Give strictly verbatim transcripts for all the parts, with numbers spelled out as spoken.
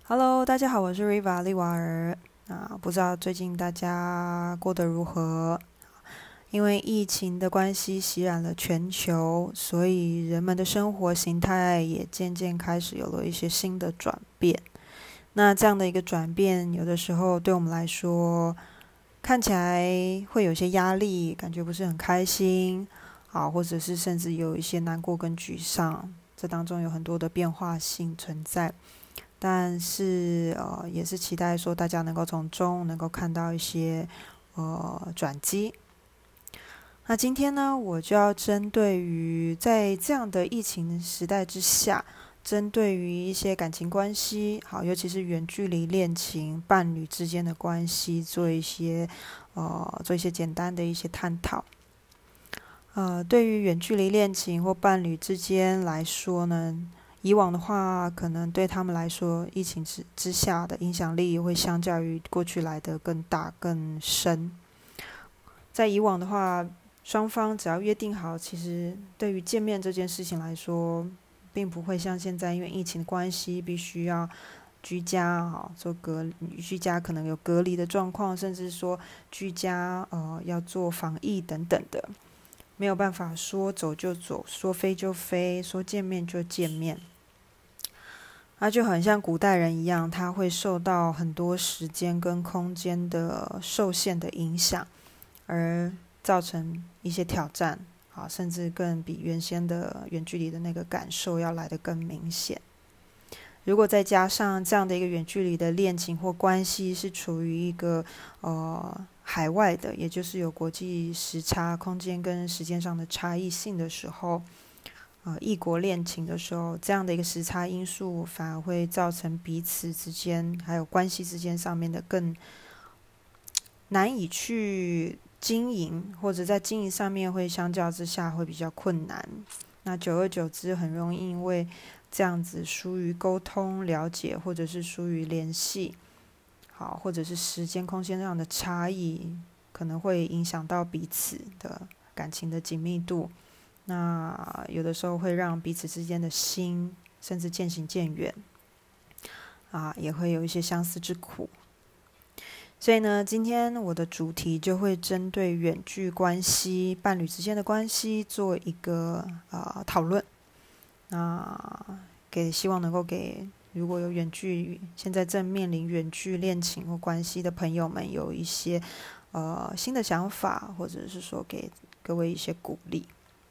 Hello，大家好，我是 Riva 利瓦尔。啊，不知道最近大家过得如何？因为疫情的关系袭染了全球，所以人们的生活形态也渐渐开始有了一些新的转变。那这样的一个转变，有的时候对我们来说，看起来会有些压力，感觉不是很开心，啊，或者是甚至有一些难过跟沮丧。这当中有很多的变化性存在。但是呃，也是期待说大家能够从中能够看到一些呃转机。那今天呢，我就要针对于在这样的疫情时代之下，针对于一些感情关系，好，尤其是远距离恋情伴侣之间的关系，做一些呃做一些简单的一些探讨。呃，对于远距离恋情或伴侣之间来说呢，以往的话，可能对他们来说，疫情之之下的影响力会相较于过去来的更大更深。在以往的话，双方只要约定好，其实对于见面这件事情来说，并不会像现在因为疫情的关系，必须要居家啊，做隔居家可能有隔离的状况，甚至说居家呃要做防疫等等的，没有办法说走就走，说飞就飞，说见面就见面。它就很像古代人一样，他会受到很多时间跟空间的受限的影响，而造成一些挑战，啊，甚至更比原先的远距离的那个感受要来得更明显。如果再加上这样的一个远距离的恋情或关系是处于一个呃海外的，也就是有国际时差、空间跟时间上的差异性的时候，呃，异国恋情的时候，这样的一个时差因素反而会造成彼此之间还有关系之间上面的更难以去经营，或者在经营上面会相较之下会比较困难。那久而久之，很容易因为这样子疏于沟通、了解，或者是疏于联系，好，或者是时间、空间上的差异，可能会影响到彼此的感情的紧密度。那有的时候会让彼此之间的心甚至渐行渐远，啊，也会有一些相思之苦。所以呢，今天我的主题就会针对远距关系、伴侣之间的关系做一个呃讨论。那给希望能够给如果有远距现在正面临远距恋情或关系的朋友们有一些呃新的想法，或者是说给各位一些鼓励。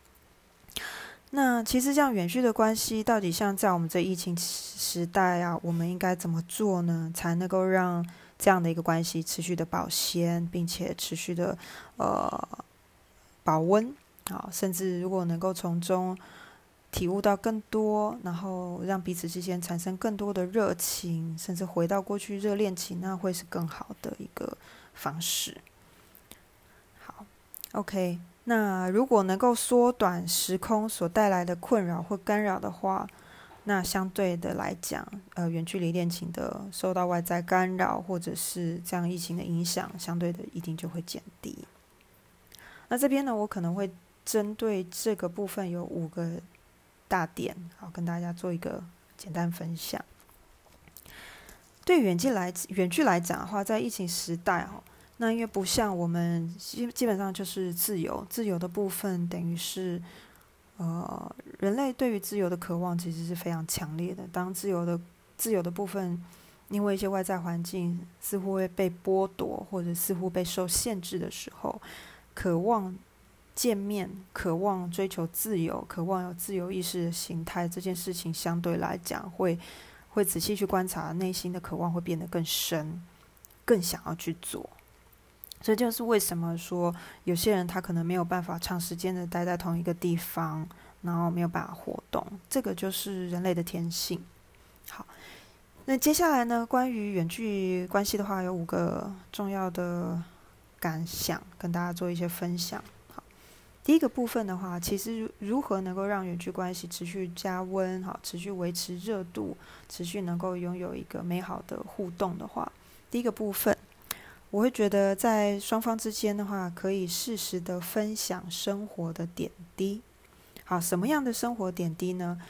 那其实这样远距的关系，到底像在我们这疫情时代啊，我们应该怎么做呢？才能够让这样的一个关系持续的保鲜，并且持续的呃保温啊，甚至如果能够从中体悟到更多，然后让彼此之间产生更多的热情，甚至回到过去热恋情，那会是更好的一个方式。好 ，OK。那如果能够缩短时空所带来的困扰或干扰的话，那相对的来讲，呃，远距离恋情的受到外在干扰或者是这样疫情的影响，相对的一定就会减低。那这边呢，我可能会针对这个部分有五个大点，好跟大家做一个简单分享。对远距来远距来讲的话，在疫情时代哈。那因为不像我们基基本上就是自由，自由的部分等于是，呃，人类对于自由的渴望其实是非常强烈的。当自由的自由的部分，因为一些外在环境似乎会被剥夺，或者似乎被受限制的时候，渴望见面、渴望追求自由、渴望有自由意识的形态，这件事情相对来讲会会仔细去观察，内心的渴望会变得更深，更想要去做。这就是为什么说有些人他可能没有办法长时间的待在同一个地方，然后没有办法活动，这个就是人类的天性。好，那接下来呢，关于远距关系的话，有五个重要的感想跟大家做一些分享。好，第一个部分的话，其实如何能够让远距关系持续加温，好，持续维持热度，持续能够拥有一个美好的互动的话，第一个部分。我会觉得在双方之间的话，可以适时的分享生活的点滴。好，什么样的生活点滴呢？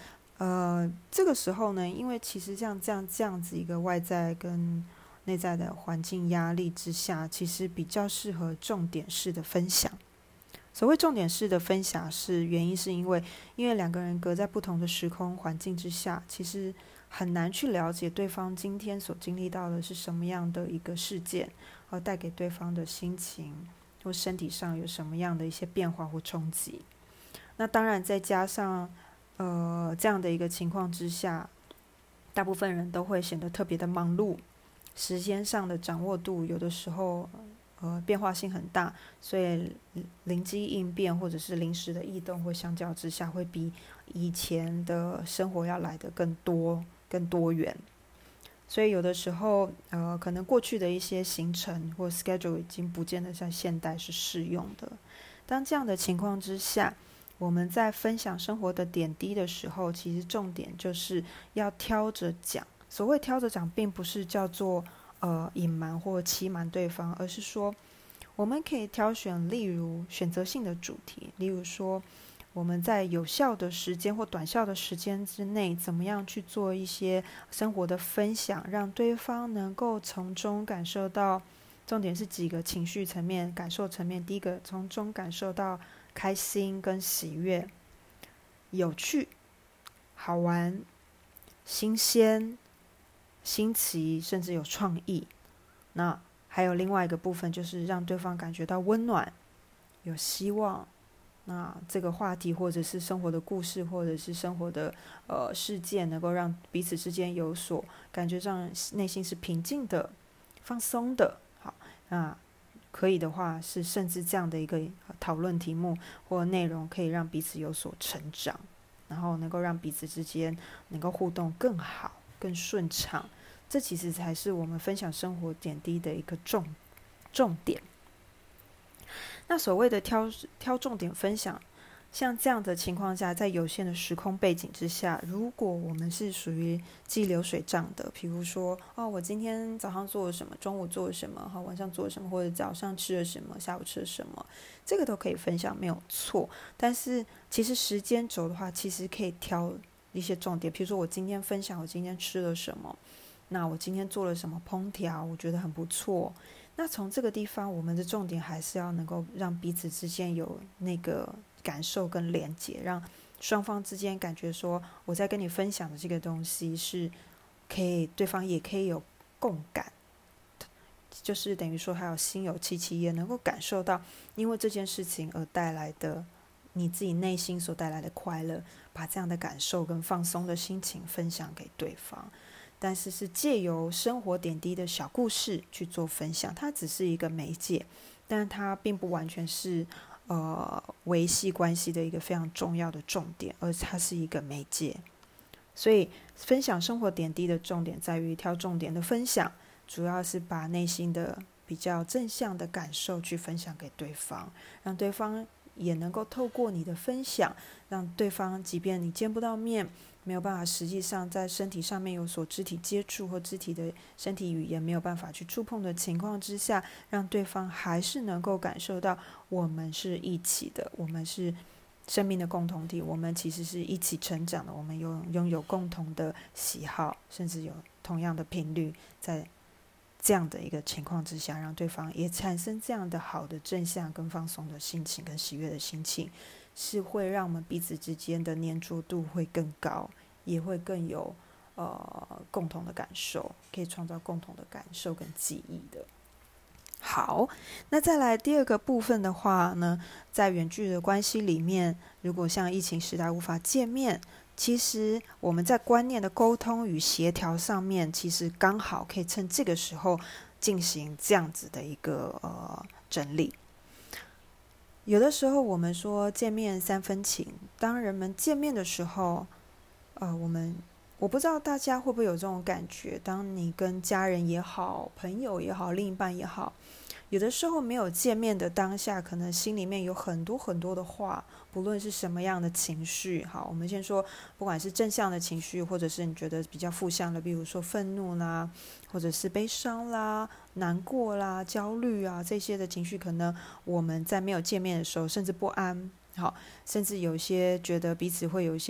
呃，这个时候呢，因为其实像这样这样子一个外在跟内在的环境压力之下，其实比较适合重点式的分享。所谓重点式的分享是原因是因为因为两个人隔在不同的时空环境之下，其实很难去了解对方今天所经历到的是什么样的一个事件，而带给对方的心情或身体上有什么样的一些变化或冲击。那当然再加上呃这样的一个情况之下，大部分人都会显得特别的忙碌，时间上的掌握度有的时候呃变化性很大，所以灵机应变或者是临时的异动会相较之下会比以前的生活要来得更多更多元。所以有的时候呃可能过去的一些行程或 schedule 已经不见得在现代是适用的。当这样的情况之下，我们在分享生活的点滴的时候，其实重点就是要挑着讲。所谓挑着讲，并不是叫做呃隐瞒或欺瞒对方，而是说我们可以挑选例如选择性的主题，例如说我们在有效的时间或短效的时间之内，怎么样去做一些生活的分享，让对方能够从中感受到，重点是几个情绪层面、感受层面。第一个，从中感受到开心跟喜悦、有趣、好玩、新鲜、新奇，甚至有创意。那还有另外一个部分，就是让对方感觉到温暖、有希望。那这个话题或者是生活的故事，或者是生活的呃事件，能够让彼此之间有所感觉上内心是平静的、放松的。好，那可以的话是甚至这样的一个讨论题目或内容，可以让彼此有所成长，然后能够让彼此之间能够互动更好、更顺畅。这其实才是我们分享生活点滴的一个重重点。那所谓的挑挑重点分享，像这样的情况下，在有限的时空背景之下，如果我们是属于记流水账的，比如说哦，我今天早上做了什么，中午做了什么，晚上做了什么，或者早上吃了什么，下午吃了什么，这个都可以分享，没有错。但是其实时间轴的话，其实可以挑一些重点，比如说我今天分享我今天吃了什么，那我今天做了什么烹调，我觉得很不错。那从这个地方，我们的重点还是要能够让彼此之间有那个感受跟连结，让双方之间感觉说我在跟你分享的这个东西是可以，对方也可以有共感，就是等于说还有心有戚戚焉，能够感受到因为这件事情而带来的你自己内心所带来的快乐，把这样的感受跟放松的心情分享给对方。但是是借由生活点滴的小故事去做分享，它只是一个媒介，但它并不完全是呃维系关系的一个非常重要的重点，而它是一个媒介。所以分享生活点滴的重点在于挑重点的分享，主要是把内心的比较正向的感受去分享给对方，让对方也能够透过你的分享，让对方即便你见不到面，没有办法实际上在身体上面有所肢体接触或肢体的身体语言没有办法去触碰的情况之下，让对方还是能够感受到我们是一起的，我们是生命的共同体，我们其实是一起成长的，我们有拥有共同的喜好，甚至有同样的频率，在这样的一个情况之下，让对方也产生这样的好的正向跟放松的心情跟喜悦的心情，是会让我们彼此之间的粘着度会更高，也会更有呃共同的感受，可以创造共同的感受跟记忆的。好，那再来第二个部分的话呢，在远距的关系里面，如果像疫情时代无法见面，其实我们在观念的沟通与协调上面，其实刚好可以趁这个时候进行这样子的一个呃整理。有的时候我们说见面三分情，当人们见面的时候，呃，我们我不知道大家会不会有这种感觉，当你跟家人也好，朋友也好，另一半也好，有的时候没有见面的当下，可能心里面有很多很多的话，不论是什么样的情绪，好，我们先说，不管是正向的情绪，或者是你觉得比较负向的，比如说愤怒啦，或者是悲伤啦、难过啦、焦虑啊，这些的情绪，可能我们在没有见面的时候，甚至不安，好，甚至有些觉得彼此会有一些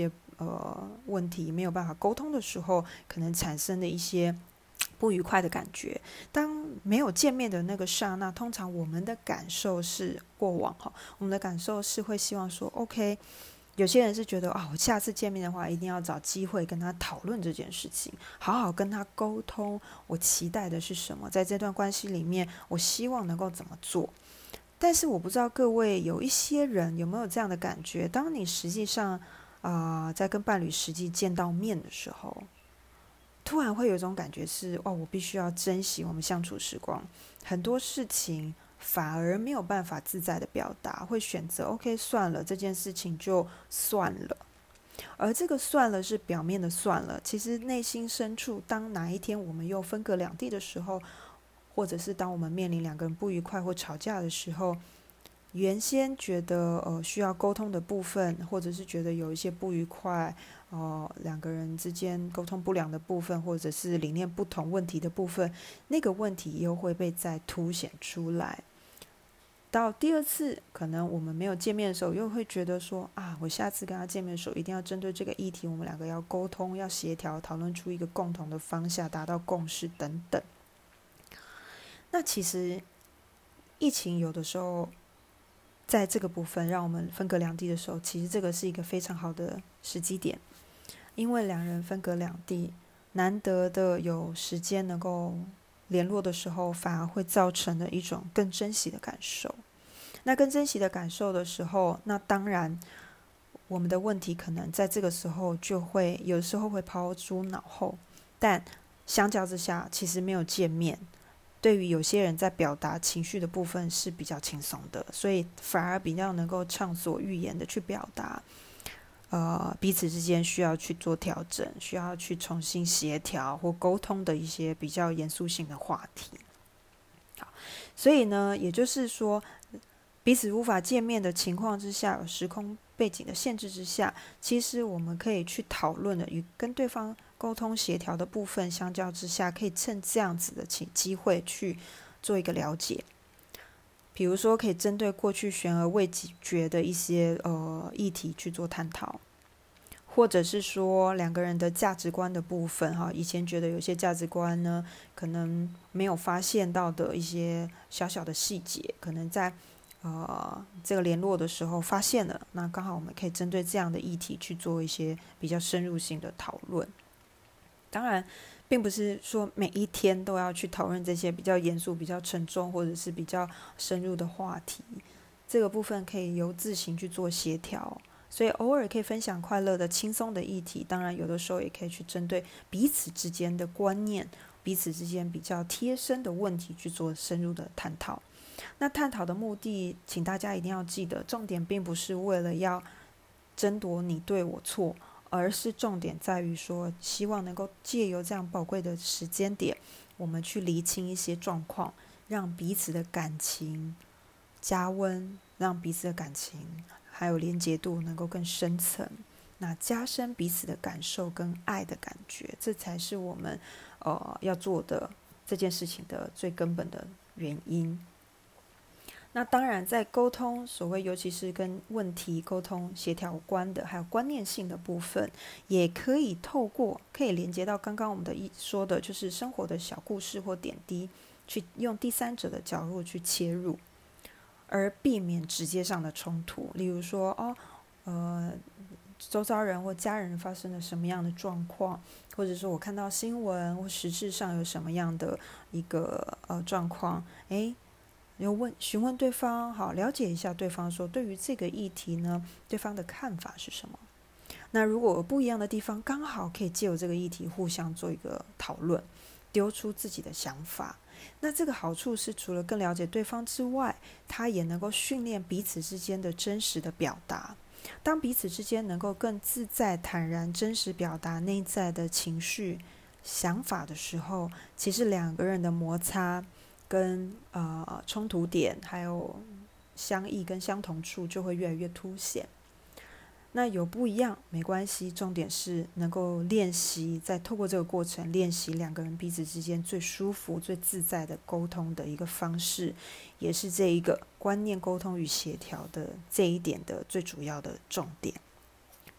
呃问题没有办法沟通的时候，可能产生的一些不愉快的感觉。当没有见面的那个刹那，通常我们的感受是过往哈，我们的感受是会希望说 OK， 有些人是觉得啊，我下次见面的话一定要找机会跟他讨论这件事情，好好跟他沟通，我期待的是什么，在这段关系里面我希望能够怎么做。但是我不知道各位有一些人有没有这样的感觉，当你实际上啊、呃、在跟伴侣实际见到面的时候，突然会有一种感觉是哦，我必须要珍惜我们相处时光，很多事情反而没有办法自在的表达，会选择 OK 算了，这件事情就算了。而这个算了是表面的算了，其实内心深处，当哪一天我们又分隔两地的时候，或者是当我们面临两个人不愉快或吵架的时候，原先觉得呃需要沟通的部分，或者是觉得有一些不愉快，呃两个人之间沟通不良的部分，或者是理念不同问题的部分，那个问题又会被再凸显出来。到第二次可能我们没有见面的时候，又会觉得说啊，我下次跟他见面的时候一定要针对这个议题，我们两个要沟通，要协调，讨论出一个共同的方向，达到共识等等。那其实疫情有的时候在这个部分让我们分隔两地的时候，其实这个是一个非常好的时机点，因为两人分隔两地，难得的有时间能够联络的时候，反而会造成了一种更珍惜的感受。那更珍惜的感受的时候，那当然我们的问题可能在这个时候就会有时候会抛诸脑后，但相较之下，其实没有见面，对于有些人在表达情绪的部分是比较轻松的，所以反而比较能够畅所欲言的去表达呃，彼此之间需要去做调整，需要去重新协调或沟通的一些比较严肃性的话题。好，所以呢，也就是说，彼此无法见面的情况之下，有时空背景的限制之下，其实我们可以去讨论的，与跟对方沟通协调的部分相较之下，可以趁这样子的机会去做一个了解。比如说，可以针对过去悬而未决的一些呃议题去做探讨，或者是说两个人的价值观的部分哈，以前觉得有些价值观呢，可能没有发现到的一些小小的细节，可能在呃这个联络的时候发现了，那刚好我们可以针对这样的议题去做一些比较深入性的讨论。当然并不是说每一天都要去讨论这些比较严肃、比较沉重或者是比较深入的话题，这个部分可以由自行去做协调，所以偶尔可以分享快乐的轻松的议题，当然有的时候也可以去针对彼此之间的观念、彼此之间比较贴身的问题去做深入的探讨。那探讨的目的，请大家一定要记得，重点并不是为了要争夺你对我错，而是重点在于说，希望能够借由这样宝贵的时间点，我们去厘清一些状况，让彼此的感情加温，让彼此的感情还有连结度能够更深层，那加深彼此的感受跟爱的感觉，这才是我们呃要做的这件事情的最根本的原因。那当然在沟通，所谓尤其是跟问题沟通协调有关的，还有观念性的部分，也可以透过可以连接到刚刚我们的说的就是生活的小故事或点滴，去用第三者的角度去切入，而避免直接上的冲突。例如说哦呃周遭人或家人发生了什么样的状况，或者说我看到新闻或时事上有什么样的一个呃状况，诶要问询问对方，好了解一下对方说对于这个议题呢，对方的看法是什么。那如果有不一样的地方，刚好可以借由这个议题互相做一个讨论，丢出自己的想法。那这个好处是除了更了解对方之外，他也能够训练彼此之间的真实的表达。当彼此之间能够更自在、坦然、真实表达内在的情绪、想法的时候，其实两个人的摩擦跟呃冲突点还有相异跟相同处就会越来越凸显。那有不一样没关系，重点是能够练习，再透过这个过程练习两个人彼此之间最舒服最自在的沟通的一个方式，也是这一个观念沟通与协调的这一点的最主要的重点。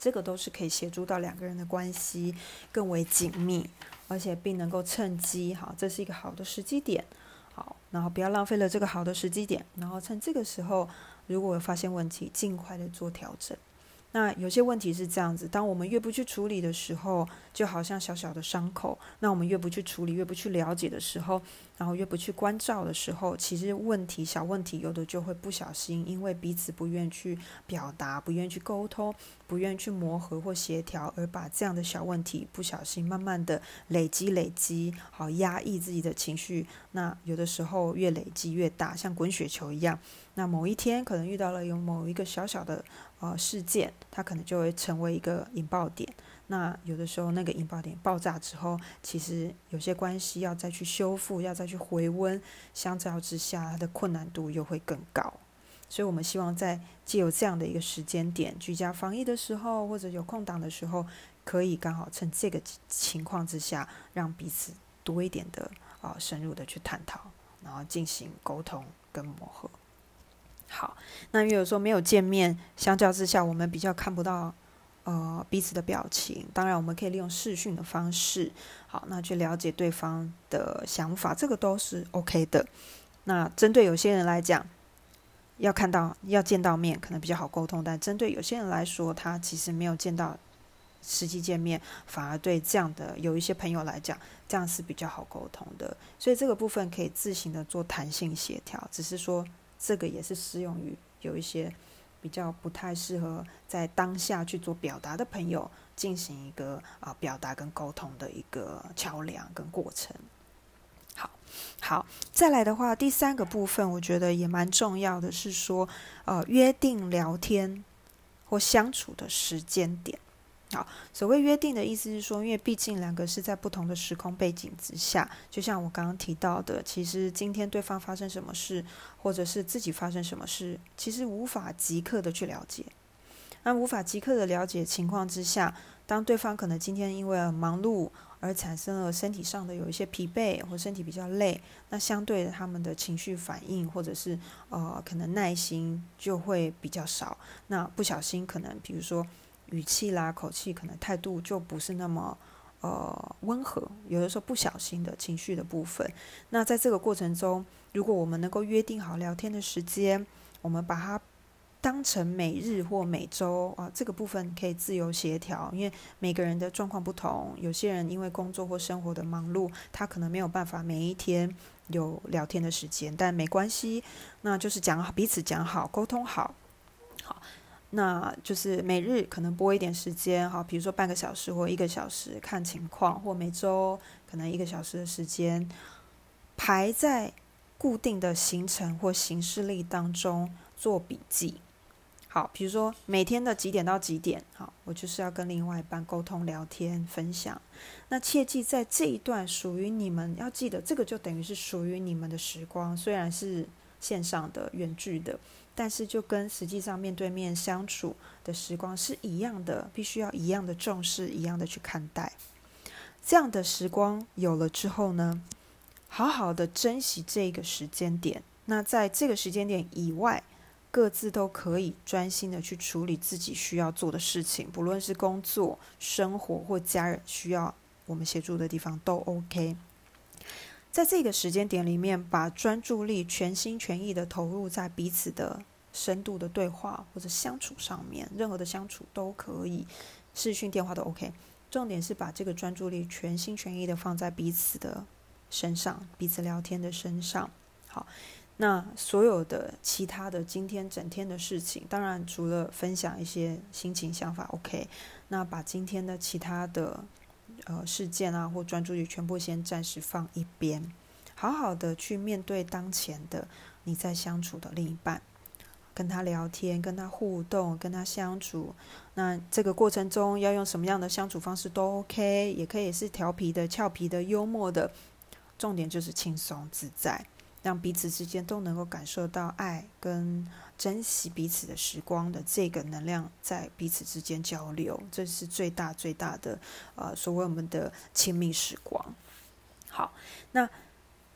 这个都是可以协助到两个人的关系更为紧密，而且并能够趁机，好，这是一个好的时机点，好，然后不要浪费了这个好的时机点，然后趁这个时候，如果有发现问题，尽快的做调整。那有些问题是这样子，当我们越不去处理的时候，就好像小小的伤口，那我们越不去处理，越不去了解的时候，然后越不去关照的时候，其实问题小问题有的就会不小心，因为彼此不愿去表达，不愿去沟通，不愿去磨合或协调，而把这样的小问题不小心慢慢的累积累积，好压抑自己的情绪，那有的时候越累积越大，像滚雪球一样，那某一天可能遇到了有某一个小小的呃事件，它可能就会成为一个引爆点。那有的时候那个引爆点爆炸之后，其实有些关系要再去修复，要再去回温，相较之下它的困难度又会更高。所以我们希望在藉由这样的一个时间点，居家防疫的时候，或者有空档的时候，可以刚好趁这个情况之下，让彼此多一点的、呃、深入的去探讨，然后进行沟通跟磨合。好，那因为有时候没有见面，相较之下我们比较看不到呃彼此的表情，当然我们可以利用视讯的方式，好，那去了解对方的想法，这个都是 OK 的。那针对有些人来讲，要看到要见到面可能比较好沟通，但针对有些人来说，他其实没有见到实际见面，反而对这样的有一些朋友来讲，这样是比较好沟通的。所以这个部分可以自行的做弹性协调，只是说这个也是适用于有一些比较不太适合在当下去做表达的朋友，进行一个、呃、表达跟沟通的一个桥梁跟过程。好，好，再来的话，第三个部分我觉得也蛮重要的，是说，呃，约定聊天或相处的时间点。好，所谓约定的意思是说，因为毕竟两个是在不同的时空背景之下，就像我刚刚提到的，其实今天对方发生什么事，或者是自己发生什么事，其实无法即刻的去了解。那无法即刻的了解情况之下，当对方可能今天因为忙碌而产生了身体上的有一些疲惫，或身体比较累，那相对的他们的情绪反应或者是呃可能耐心就会比较少，那不小心可能比如说语气啦、口气，可能态度就不是那么呃温和，有的时候不小心的情绪的部分。那在这个过程中，如果我们能够约定好聊天的时间，我们把它当成每日或每周啊，这个部分可以自由协调，因为每个人的状况不同，有些人因为工作或生活的忙碌，他可能没有办法每一天有聊天的时间，但没关系，那就是讲好，彼此讲好，沟通好，好。那就是每日可能拨一点时间，好，比如说半个小时或一个小时看情况，或每周可能一个小时的时间，排在固定的行程或行事历当中做笔记。好，比如说每天的几点到几点，好，我就是要跟另外一半沟通、聊天、分享。那切记在这一段属于你们，要记得这个就等于是属于你们的时光，虽然是线上的、远距的，但是就跟实际上面对面相处的时光是一样的，必须要一样的重视，一样的去看待。这样的时光有了之后呢，好好的珍惜这个时间点。那在这个时间点以外，各自都可以专心的去处理自己需要做的事情，不论是工作、生活或家人需要我们协助的地方都 OK。在这个时间点里面，把专注力全心全意的投入在彼此的深度的对话或者相处上面，任何的相处都可以，视讯电话都 OK。重点是把这个专注力全心全意的放在彼此的身上，彼此聊天的身上。好，那所有的其他的今天整天的事情，当然除了分享一些心情想法 OK， 那把今天的其他的呃事件啊或专注力全部先暂时放一边，好好的去面对当前的你在相处的另一半，跟他聊天，跟他互动，跟他相处。那这个过程中要用什么样的相处方式都 OK， 也可以是调皮的、俏皮的、幽默的，重点就是轻松自在，让彼此之间都能够感受到爱跟珍惜彼此的时光的这个能量在彼此之间交流，这是最大最大的呃所谓我们的亲密时光。好，那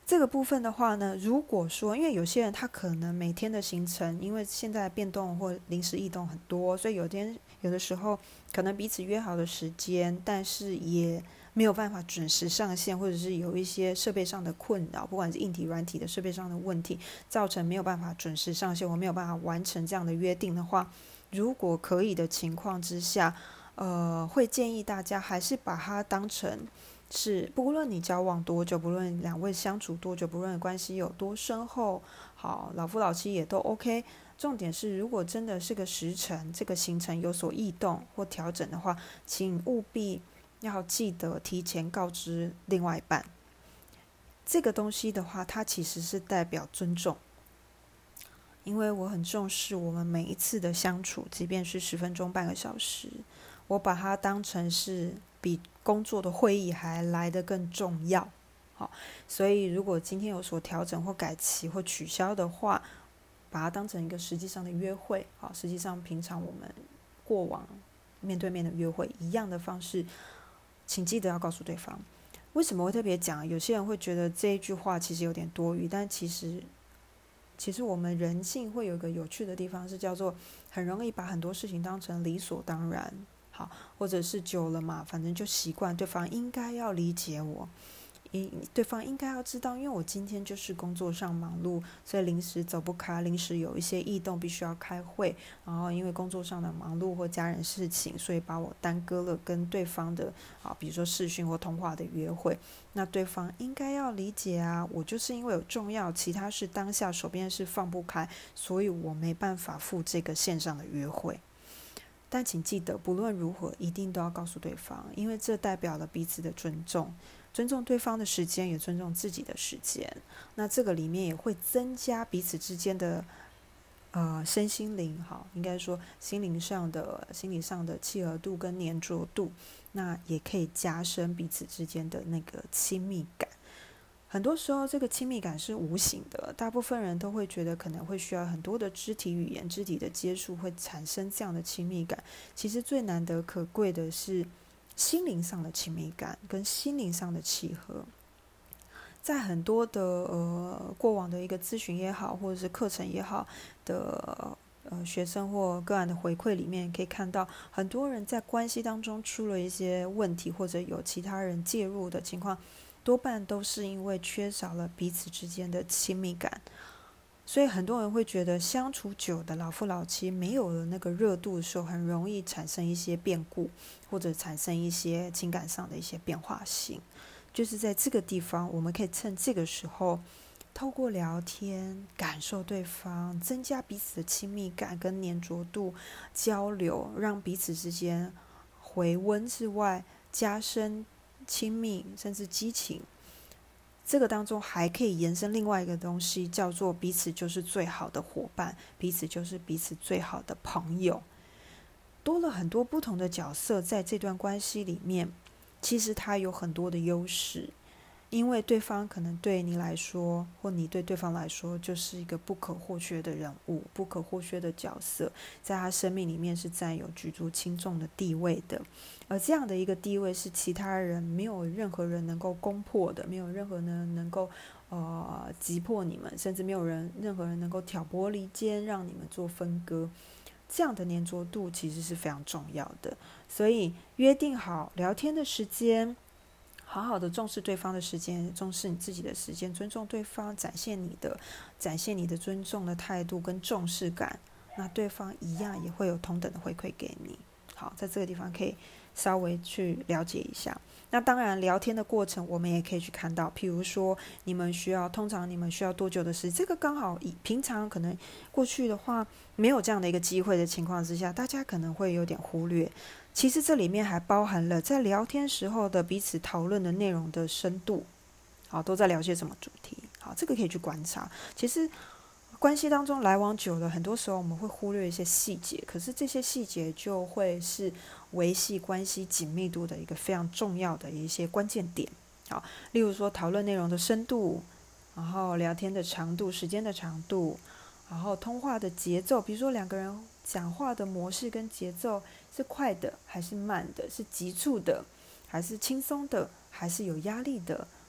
这个部分的话呢，如果说因为有些人他可能每天的行程，因为现在变动或临时异动很多，所以有天有的时候可能彼此约好的时间，但是也没有办法准时上线，或者是有一些设备上的困扰，不管是硬体软体的设备上的问题，造成没有办法准时上线，我没有办法完成这样的约定的话，如果可以的情况之下，呃，会建议大家还是把它当成是，不论你交往多久，不论两位相处多久，不论关系有多深厚，好，老夫老妻也都 OK。重点是，如果真的是个时辰，这个行程有所异动或调整的话，请务必要记得提前告知另外一半。这个东西的话，它其实是代表尊重，因为我很重视我们每一次的相处，即便是十分钟、半个小时，我把它当成是比工作的会议还来得更重要。好，所以如果今天有所调整或改期或取消的话，把它当成一个实际上的约会。好，实际上平常我们过往面对面的约会一样的方式，请记得要告诉对方。为什么会特别讲？有些人会觉得这一句话其实有点多余，但其实其实我们人性会有一个有趣的地方，是叫做很容易把很多事情当成理所当然。好，或者是久了嘛，反正就习惯对方应该要理解我，对方应该要知道，因为我今天就是工作上忙碌，所以临时走不开，临时有一些异动必须要开会，然后因为工作上的忙碌或家人事情，所以把我耽搁了跟对方的啊，比如说视讯或通话的约会。那对方应该要理解啊，我就是因为有重要其他事当下手边是放不开，所以我没办法赴这个线上的约会。但请记得，不论如何，一定都要告诉对方，因为这代表了彼此的尊重，尊重对方的时间，也尊重自己的时间。那这个里面也会增加彼此之间的呃身心灵，好，应该说心灵上的、心理上的契合度跟粘着度，那也可以加深彼此之间的那个亲密感。很多时候这个亲密感是无形的，大部分人都会觉得可能会需要很多的肢体语言、肢体的接触会产生这样的亲密感。其实最难得可贵的是心灵上的亲密感跟心灵上的契合。在很多的呃过往的一个咨询也好，或者是课程也好的呃学生或个案的回馈里面，可以看到很多人在关系当中出了一些问题，或者有其他人介入的情况，多半都是因为缺少了彼此之间的亲密感。所以很多人会觉得相处久的老夫老妻没有了那个热度的时候，很容易产生一些变故，或者产生一些情感上的一些变化性。就是在这个地方，我们可以趁这个时候，透过聊天感受对方，增加彼此的亲密感跟粘着度，交流，让彼此之间回温之外，加深亲密甚至激情。这个当中还可以延伸另外一个东西，叫做彼此就是最好的伙伴，彼此就是彼此最好的朋友。多了很多不同的角色在这段关系里面，其实它有很多的优势。因为对方可能对你来说，或你对对方来说，就是一个不可或缺的人物，不可或缺的角色，在他生命里面是占有举足轻重的地位的。而这样的一个地位是其他人没有任何人能够攻破的，没有任何人能够呃击破你们，甚至没有人任何人能够挑拨离间，让你们做分割。这样的粘着度其实是非常重要的。所以约定好聊天的时间，好好的重视对方的时间，重视你自己的时间，尊重对方，展现你的展现你的尊重的态度跟重视感，那对方一样也会有同等的回馈给你。好，在这个地方可以稍微去了解一下。那当然聊天的过程我们也可以去看到，譬如说你们需要通常你们需要多久的时间，这个刚好以平常可能过去的话没有这样的一个机会的情况之下，大家可能会有点忽略。其实这里面还包含了在聊天时候的彼此讨论的内容的深度，好，都在聊些什么主题。好，这个可以去观察。其实关系当中来往久了，很多时候我们会忽略一些细节，可是这些细节就会是维系关系紧密度的一个非常重要的一些关键点。好，例如说讨论内容的深度，然后聊天的长度、时间的长度，然后通话的节奏，比如说两个人讲话的模式跟节奏是快的还是慢的，是急促的还是轻松的，还是有压力的，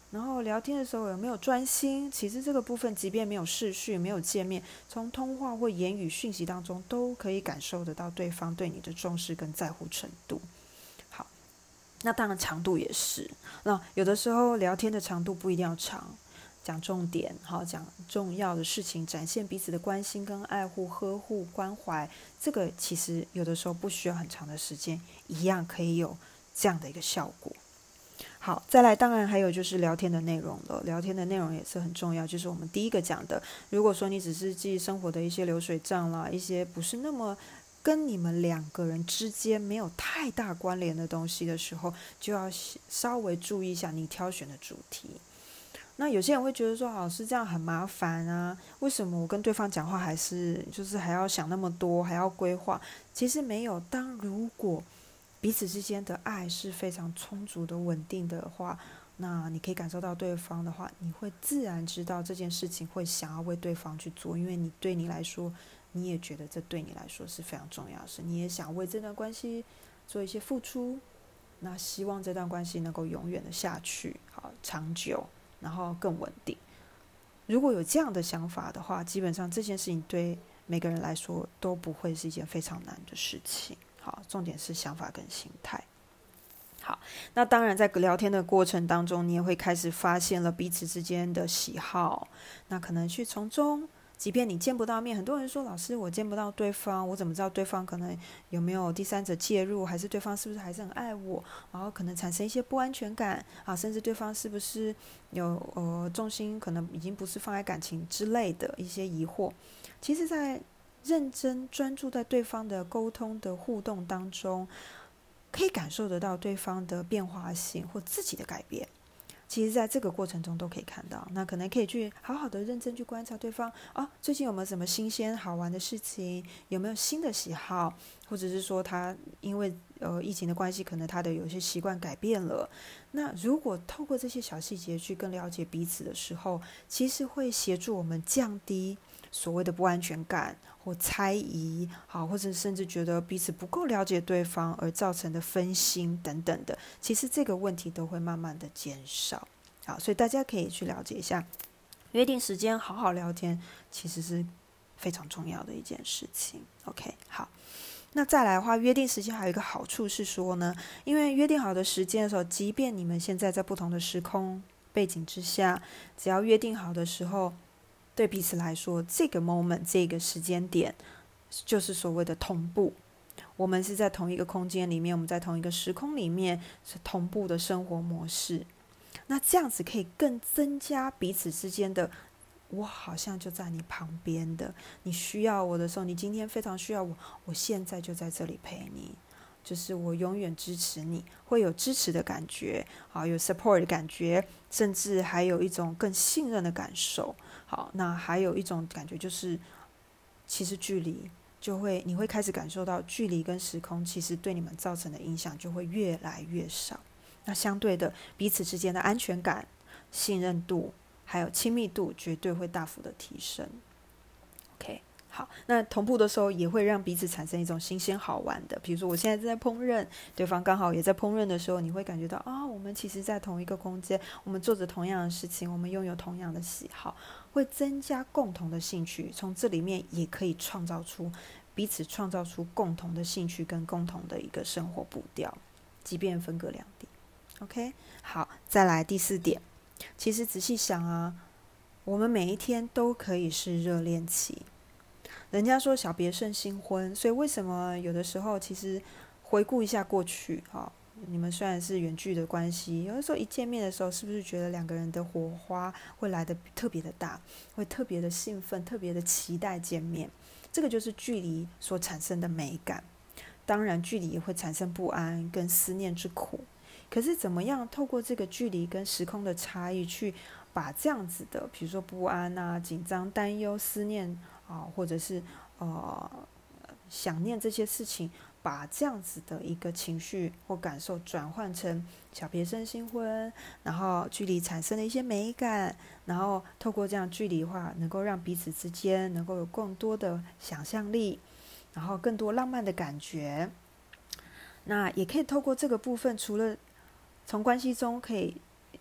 然后聊天的时候有没有专心，其实这个部分即便没有视讯没有见面，从通话或言语讯息当中都可以感受得到对方对你的重视跟在乎程度。好，那当然长度也是，那有的时候聊天的长度不一定要长，讲重点，好，讲重要的事情，展现彼此的关心跟爱护、呵护、关怀，这个其实有的时候不需要很长的时间，一样可以有这样的一个效果。好，再来，当然还有就是聊天的内容了。聊天的内容也是很重要，就是我们第一个讲的，如果说你只是记生活的一些流水账啦，一些不是那么跟你们两个人之间没有太大关联的东西的时候，就要稍微注意一下你挑选的主题。那有些人会觉得说，老师这样很麻烦啊，为什么我跟对方讲话还是就是还要想那么多，还要规划？其实没有，当如果彼此之间的爱是非常充足的、稳定的话，那你可以感受到对方的话，你会自然知道这件事情会想要为对方去做，因为你对你来说，你也觉得这对你来说是非常重要的事，你也想为这段关系做一些付出，那希望这段关系能够永远的下去，好长久，然后更稳定。如果有这样的想法的话，基本上这件事情对每个人来说都不会是一件非常难的事情。好，重点是想法跟心态。好，那当然在聊天的过程当中，你也会开始发现了彼此之间的喜好，那可能去从中，即便你见不到面，很多人说老师我见不到对方，我怎么知道对方可能有没有第三者介入，还是对方是不是还是很爱我，然后可能产生一些不安全感啊，甚至对方是不是有呃重心可能已经不是放在感情之类的一些疑惑。其实在认真专注在对方的沟通的互动当中，可以感受得到对方的变化性或自己的改变，其实在这个过程中都可以看到。那可能可以去好好的认真去观察对方啊，最近有没有什么新鲜好玩的事情，有没有新的喜好，或者是说他因为呃疫情的关系，可能他的有些习惯改变了。那如果透过这些小细节去更了解彼此的时候，其实会协助我们降低所谓的不安全感或猜疑，好，或者甚至觉得彼此不够了解对方而造成的分心等等的，其实这个问题都会慢慢的减少。好，所以大家可以去了解一下，约定时间好好聊天，其实是非常重要的一件事情。OK， 好。那再来的话，约定时间还有一个好处是说呢，因为约定好的时间的时候，即便你们现在在不同的时空背景之下，只要约定好的时候，对彼此来说，这个 moment 这个时间点就是所谓的同步。我们是在同一个空间里面，我们在同一个时空里面，是同步的生活模式。那这样子可以更增加彼此之间的，我好像就在你旁边的，你需要我的时候，你今天非常需要我，我现在就在这里陪你，就是我永远支持你，会有支持的感觉，好，有 support 的感觉，甚至还有一种更信任的感受。好，那还有一种感觉就是，其实距离就会，你会开始感受到距离跟时空其实对你们造成的影响就会越来越少。那相对的，彼此之间的安全感、信任度还有亲密度绝对会大幅的提升。OK。好，那同步的时候也会让彼此产生一种新鲜好玩的，比如说我现在正在烹饪，对方刚好也在烹饪的时候，你会感觉到啊、哦，我们其实在同一个空间，我们做着同样的事情，我们拥有同样的喜好，会增加共同的兴趣，从这里面也可以创造出彼此创造出共同的兴趣跟共同的一个生活步调，即便分隔两地。OK， 好，再来第四点，其实仔细想啊，我们每一天都可以是热恋期。人家说小别胜新婚，所以为什么有的时候其实回顾一下过去，好，你们虽然是远距的关系，有的时候一见面的时候，是不是觉得两个人的火花会来得特别的大，会特别的兴奋，特别的期待见面？这个就是距离所产生的美感。当然，距离也会产生不安跟思念之苦。可是怎么样透过这个距离跟时空的差异，去把这样子的，比如说不安啊、紧张、担忧、思念啊，或者是呃想念这些事情，把这样子的一个情绪或感受转换成小别胜新婚，然后距离产生的一些美感，然后透过这样距离的话，能够让彼此之间能够有更多的想象力，然后更多浪漫的感觉。那也可以透过这个部分，除了从关系中可以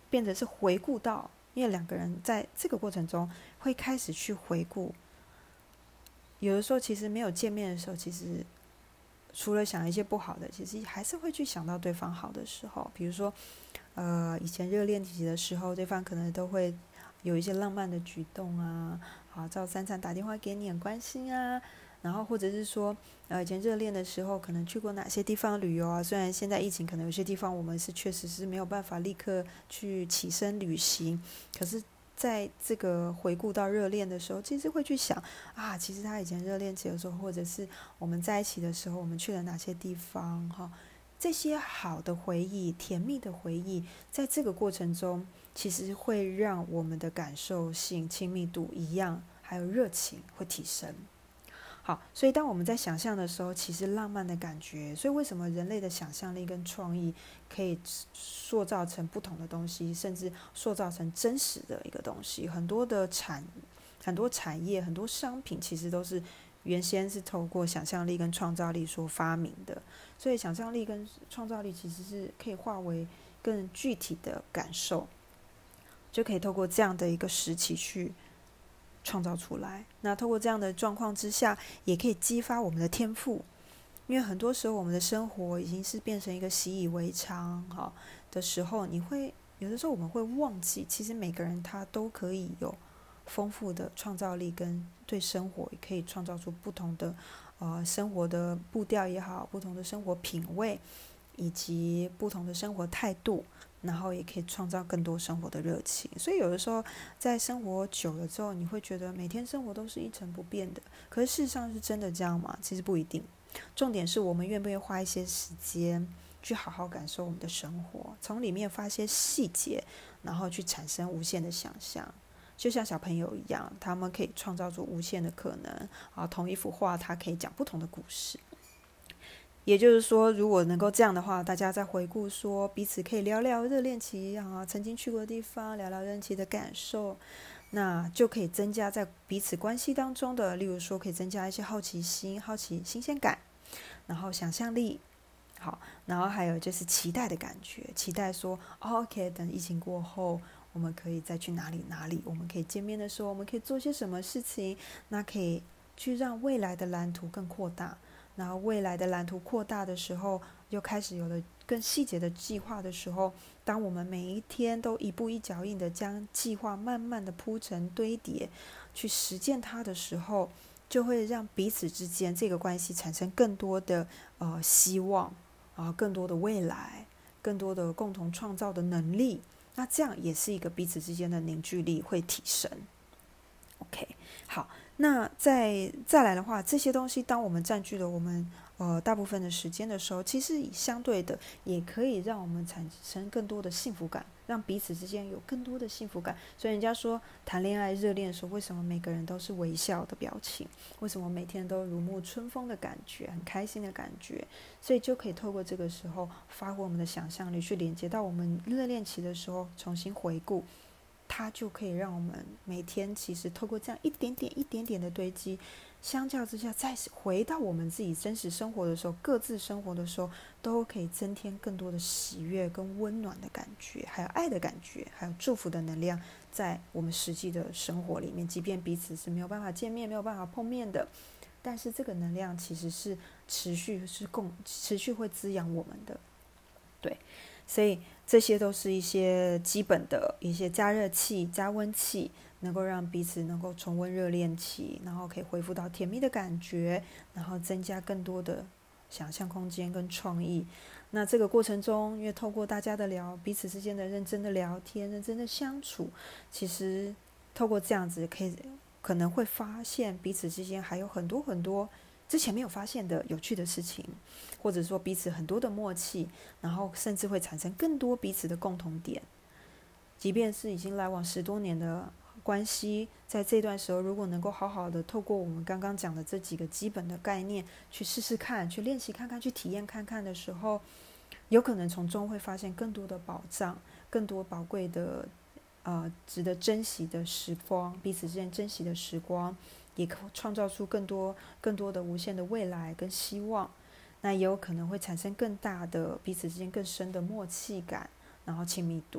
变成是回顾到，因为两个人在这个过程中会开始去回顾。有的时候其实没有见面的时候，其实除了想一些不好的，其实还是会去想到对方好的时候。比如说呃，以前热恋期的时候，对方可能都会有一些浪漫的举动啊，好，照三餐打电话给你，很关心啊。然后或者是说，呃，以前热恋的时候，可能去过哪些地方旅游啊？虽然现在疫情，可能有些地方我们是确实是没有办法立刻去起身旅行，可是在这个回顾到热恋的时候，其实会去想啊，其实他以前热恋期的时候，或者是我们在一起的时候，我们去了哪些地方哈？这些好的回忆、甜蜜的回忆，在这个过程中，其实会让我们的感受性、亲密度一样，还有热情会提升。好，所以当我们在想象的时候，其实浪漫的感觉，所以为什么人类的想象力跟创意可以塑造成不同的东西，甚至塑造成真实的一个东西？很多的产、很多产业、很多商品，其实都是原先是透过想象力跟创造力所发明的。所以想象力跟创造力其实是可以化为更具体的感受，就可以透过这样的一个时期去创造出来。那透过这样的状况之下，也可以激发我们的天赋，因为很多时候我们的生活已经是变成一个习以为常哈的时候，你会有的时候我们会忘记，其实每个人他都可以有丰富的创造力，跟对生活也可以创造出不同的呃生活的步调也好，不同的生活品味，以及不同的生活态度。然后也可以创造更多生活的热情。所以有的时候在生活久了之后，你会觉得每天生活都是一成不变的，可是事实上是真的这样吗？其实不一定。重点是我们愿不愿意花一些时间去好好感受我们的生活，从里面发些细节，然后去产生无限的想象。就像小朋友一样，他们可以创造出无限的可能啊！同一幅画，它可以讲不同的故事。也就是说，如果能够这样的话，大家在回顾说彼此可以聊聊热恋期啊，曾经去过的地方，聊聊热恋期的感受，那就可以增加在彼此关系当中的，例如说可以增加一些好奇心、好奇新鲜感，然后想象力，好，然后还有就是期待的感觉，期待说、哦、OK， 等疫情过后，我们可以再去哪里哪里，我们可以见面的时候，我们可以做些什么事情，那可以去让未来的蓝图更扩大。然后未来的蓝图扩大的时候，又开始有了更细节的计划的时候，当我们每一天都一步一脚印的将计划慢慢的铺陈堆叠，去实践它的时候，就会让彼此之间这个关系产生更多的呃希望啊，更多的未来，更多的共同创造的能力。那这样也是一个彼此之间的凝聚力会提升。OK， 好。那再再来的话，这些东西当我们占据了我们呃大部分的时间的时候，其实相对的也可以让我们产生更多的幸福感，让彼此之间有更多的幸福感。所以人家说谈恋爱热恋的时候，为什么每个人都是微笑的表情？为什么每天都如沐春风的感觉，很开心的感觉？所以就可以透过这个时候发挥我们的想象力，去连接到我们热恋期的时候，重新回顾。它就可以让我们每天其实透过这样一点点一点点的堆积，相较之下再回到我们自己真实生活的时候，各自生活的时候，都可以增添更多的喜悦跟温暖的感觉，还有爱的感觉，还有祝福的能量，在我们实际的生活里面，即便彼此是没有办法见面，没有办法碰面的，但是这个能量其实是持续是共持续会滋养我们的。对，所以这些都是一些基本的一些加热器、加温器，能够让彼此能够重温热恋期，然后可以恢复到甜蜜的感觉，然后增加更多的想象空间跟创意。那这个过程中，因为透过大家的聊，彼此之间的认真的聊天、认真的相处，其实透过这样子，可以可能会发现彼此之间还有很多很多之前没有发现的有趣的事情，或者说彼此很多的默契，然后甚至会产生更多彼此的共同点。即便是已经来往十多年的关系，在这段时候如果能够好好的透过我们刚刚讲的这几个基本的概念去试试看，去练习看看，去体验看看的时候，有可能从中会发现更多的宝藏，更多宝贵的呃值得珍惜的时光，彼此之间珍惜的时光，也创造出更多更多的无限的未来跟希望。那也有可能会产生更大的彼此之间更深的默契感，然后亲密度。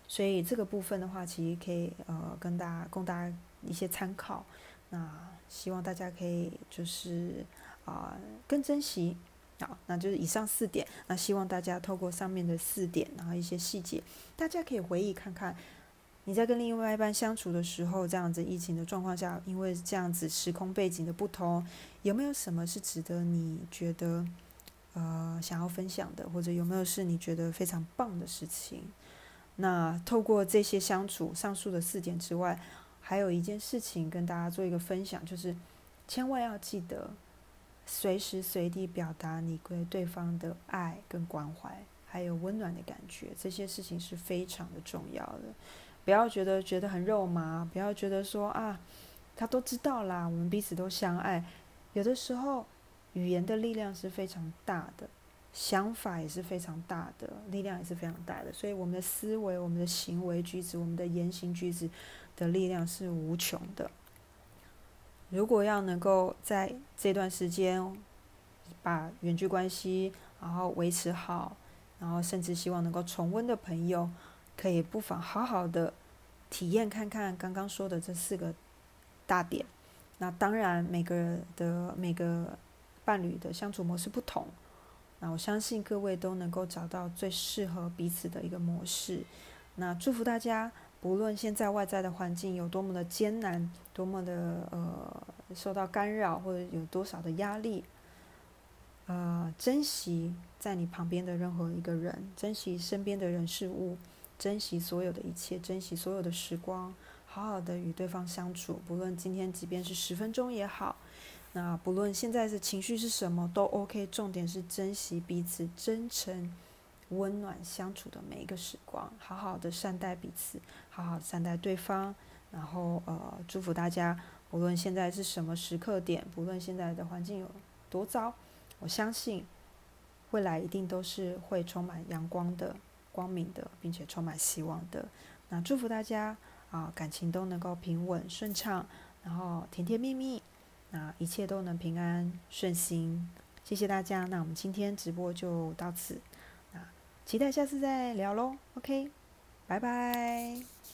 所以这个部分的话，其实可以呃跟大家供大家一些参考。那希望大家可以就是啊、呃、更珍惜。好，那就是以上四点。那希望大家透过上面的四点，然后一些细节，大家可以回忆看看，你在跟另外一半相处的时候，这样子疫情的状况下，因为这样子时空背景的不同，有没有什么是值得你觉得呃想要分享的，或者有没有是你觉得非常棒的事情？那透过这些相处，上述的四点之外，还有一件事情跟大家做一个分享，就是千万要记得，随时随地表达你对对方的爱跟关怀，还有温暖的感觉，这些事情是非常的重要的。不要觉得觉得很肉麻，不要觉得说啊，他都知道啦，我们彼此都相爱。有的时候，语言的力量是非常大的，想法也是非常大的，力量也是非常大的。所以我们的思维、我们的行为举止、我们的言行举止的力量是无穷的。如果要能够在这段时间把远距关系然后维持好，然后甚至希望能够重温的朋友，可以不妨好好的体验看看刚刚说的这四个大点。那当然每个人的每个伴侣的相处模式不同，那我相信各位都能够找到最适合彼此的一个模式。那祝福大家，不论现在外在的环境有多么的艰难，多么的呃受到干扰，或者有多少的压力，呃，珍惜在你旁边的任何一个人，珍惜身边的人事物，珍惜所有的一切，珍惜所有的时光，好好的与对方相处。不论今天即便是十分钟也好，那不论现在的情绪是什么都 OK， 重点是珍惜彼此真诚温暖相处的每一个时光，好好的善待彼此，好好善待对方。然后呃，祝福大家，不论现在是什么时刻点，不论现在的环境有多糟，我相信未来一定都是会充满阳光的、光明的，并且充满希望的。那祝福大家啊，感情都能够平稳顺畅，然后甜甜蜜蜜，那一切都能平安顺心。谢谢大家，那我们今天直播就到此，那期待下次再聊咯。 OK， 拜拜。